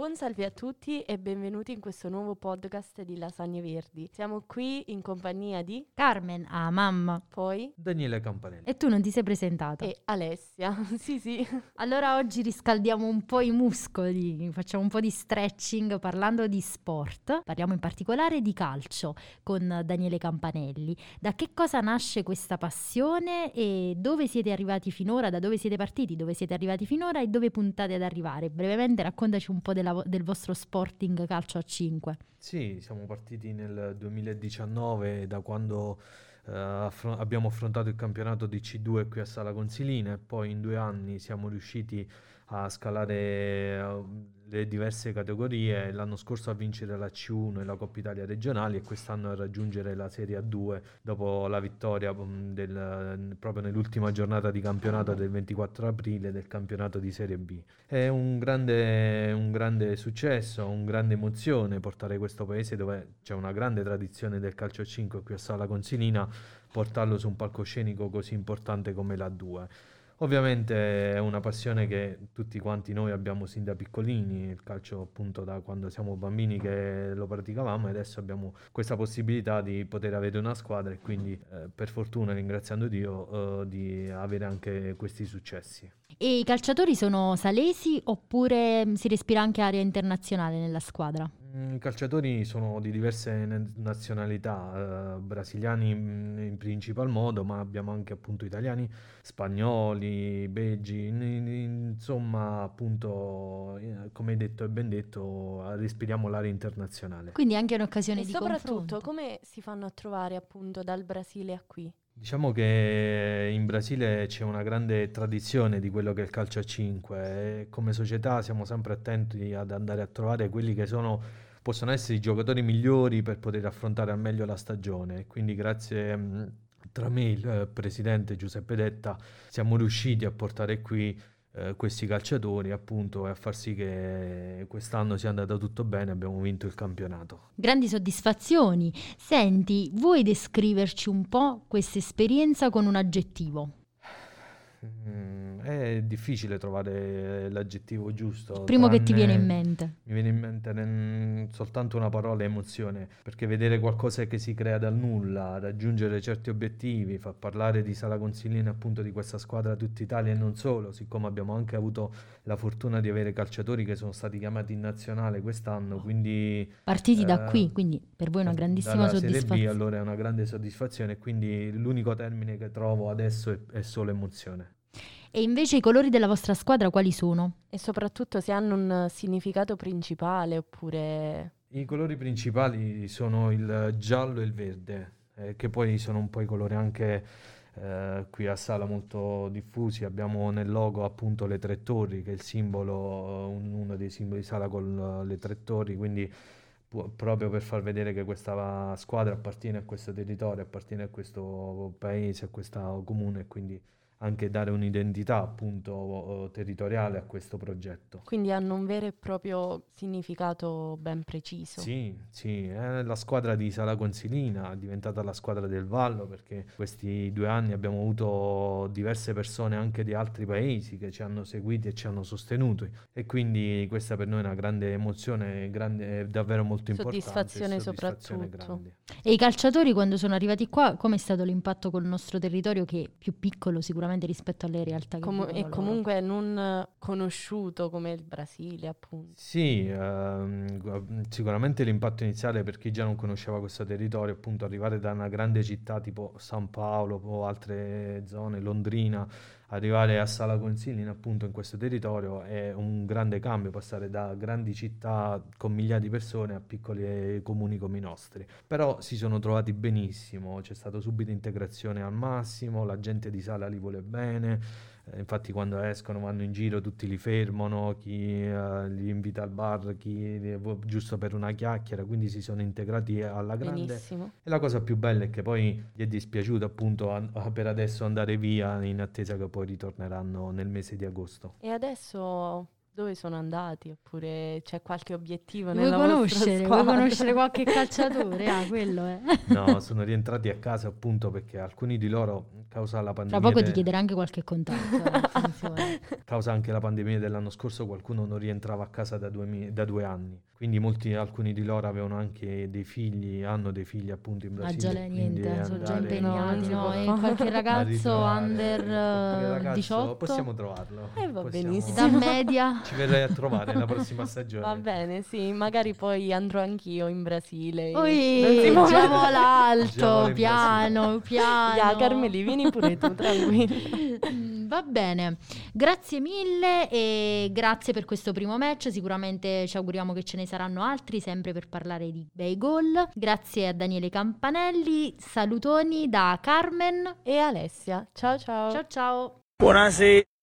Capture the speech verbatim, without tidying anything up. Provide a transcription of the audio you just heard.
Buon salve a tutti e benvenuti in questo nuovo podcast di Lasagne Verdi. Siamo qui in compagnia di Carmen, ah mamma, poi Daniele Campanelli. e tu non ti sei presentata. e Alessia. Sì, sì. Allora oggi riscaldiamo un po' i muscoli, facciamo un po' di stretching parlando di sport. Parliamo in particolare di calcio con Daniele Campanelli. Da che cosa nasce questa passione e dove siete arrivati finora? Da dove siete partiti? Dove siete arrivati finora e dove puntate ad arrivare? Brevemente raccontaci un po' della, del vostro Sporting Calcio a cinque. Sì, siamo partiti nel duemiladiciannove, da quando eh, affron- abbiamo affrontato il campionato di C due qui a Sala Consilina, e poi in due anni siamo riusciti a scalare eh, le diverse categorie, l'anno scorso a vincere la C uno e la Coppa Italia regionali, e quest'anno a raggiungere la Serie A due dopo la vittoria mh, del, proprio nell'ultima giornata di campionato del ventiquattro aprile del campionato di Serie B. È un grande, un grande successo, un grande emozione portare questo paese, dove c'è una grande tradizione del calcio a cinque qui a Sala Consilina, portarlo su un palcoscenico così importante come l'A due. Ovviamente è una passione che tutti quanti noi abbiamo sin da piccolini, il calcio appunto da quando siamo bambini che lo praticavamo, e adesso abbiamo questa possibilità di poter avere una squadra e quindi eh, per fortuna, ringraziando Dio, eh, di avere anche questi successi. E i calciatori sono salesi oppure si respira anche aria internazionale nella squadra? Mm, I calciatori sono di diverse ne- nazionalità, eh, brasiliani mm, in principal modo, ma abbiamo anche appunto italiani, spagnoli, belgi, in- in- insomma appunto, eh, come hai detto e ben detto, eh, respiriamo l'area internazionale. Quindi anche un'occasione E di soprattutto confronto. come si fanno a trovare appunto dal Brasile a qui? Diciamo che in Brasile c'è una grande tradizione di quello che è il calcio a cinque, e come società siamo sempre attenti ad andare a trovare quelli che sono, possono essere i giocatori migliori per poter affrontare al meglio la stagione. Quindi grazie mh, tra me e il eh, presidente Giuseppe Detta siamo riusciti a portare qui eh, questi calciatori, appunto, e a far sì che quest'anno sia andato tutto bene, abbiamo vinto il campionato. Grandi soddisfazioni. Senti, vuoi descriverci un po' questa esperienza con un aggettivo? Mm, è difficile trovare l'aggettivo giusto. Il primo che ti viene in tranne- mente. Mi viene in mente mm, soltanto una parola: emozione, perché vedere qualcosa che si crea dal nulla, raggiungere certi obiettivi, fa parlare di Sala Consilina, appunto, di questa squadra tutta Italia e non solo, siccome abbiamo anche avuto la fortuna di avere calciatori che sono stati chiamati in nazionale quest'anno, quindi Partiti da eh, qui, quindi per voi è una grandissima dalla Serie B, soddisfazione. allora è una grande soddisfazione, e quindi l'unico termine che trovo adesso è, è solo emozione. E invece i colori della vostra squadra quali sono? E soprattutto se hanno un significato principale oppure... I colori principali sono il giallo e il verde, eh, che poi sono un po' i colori anche eh, qui a Sala molto diffusi. Abbiamo nel logo appunto le tre torri, che è il simbolo, un- uno dei simboli di Sala con le tre torri, quindi pu- proprio per far vedere che questa squadra appartiene a questo territorio, appartiene a questo paese, a questo comune, e quindi anche dare un'identità appunto eh, territoriale a questo progetto. Quindi hanno un vero e proprio significato ben preciso. Sì, sì, è la squadra di Sala Consilina, è diventata la squadra del Vallo, perché questi due anni abbiamo avuto diverse persone anche di altri paesi che ci hanno seguiti e ci hanno sostenuti, e quindi questa per noi è una grande emozione, grande, è davvero molto importante, Soddisfazione e soddisfazione soprattutto. grande. E i calciatori quando sono arrivati qua, com'è stato l'impatto col nostro territorio che è più piccolo sicuramente rispetto alle realtà che Com- vivono e loro? comunque non conosciuto come il Brasile, appunto. Sì, ehm, gu- sicuramente l'impatto iniziale per chi già non conosceva questo territorio, appunto arrivare da una grande città tipo San Paolo o altre zone, Londrina, arrivare a Sala Consilina appunto in questo territorio è un grande cambio, passare da grandi città con migliaia di persone a piccoli eh, comuni come i nostri. Però si sono trovati benissimo, c'è stata subito integrazione al massimo, la gente di Sala li vuole bene. Eh, infatti quando escono, vanno in giro, tutti li fermano, chi eh, li invita al bar, chi li- vo- giusto per una chiacchiera, quindi si sono integrati alla grande. Benissimo. E la cosa più bella è che poi gli è dispiaciuto appunto a- a- per adesso andare via, in attesa che poi ritorneranno nel mese di agosto. E adesso dove sono andati, oppure c'è qualche obiettivo Vuoi nella vostra conoscere, vuoi squadra? conoscere qualche calciatore? Ah, quello è. No, sono rientrati a casa appunto perché alcuni di loro, causa la Tra pandemia, poco ti de- chiederà anche qualche contatto, eh, attenzione. causa anche la pandemia dell'anno scorso, qualcuno non rientrava a casa da due, mi- da due anni. Quindi molti, alcuni di loro avevano anche dei figli, hanno dei figli appunto in Ma Brasile. già lei quindi niente, sono già andare impegnati, in- no? a- E qualche a ragazzo ritrovare under qualche eh, ragazzo, diciotto? possiamo trovarlo. Eh, va Possiamo- benissimo. Età media? Ci verrai a trovare la prossima stagione. Va bene, sì, magari poi andrò anch'io in Brasile. Ui, Non si muove. diciamo l'alto, Diciamolo in piano, piano. Ya, Carmeli, vieni pure tu, tranquillo. Mm, Va bene, grazie mille e grazie per questo primo match, sicuramente ci auguriamo che ce ne saranno altri, sempre per parlare di bei gol. Grazie a Daniele Campanelli, salutoni da Carmen, E Alessia, ciao ciao. ciao ciao. Buonasera.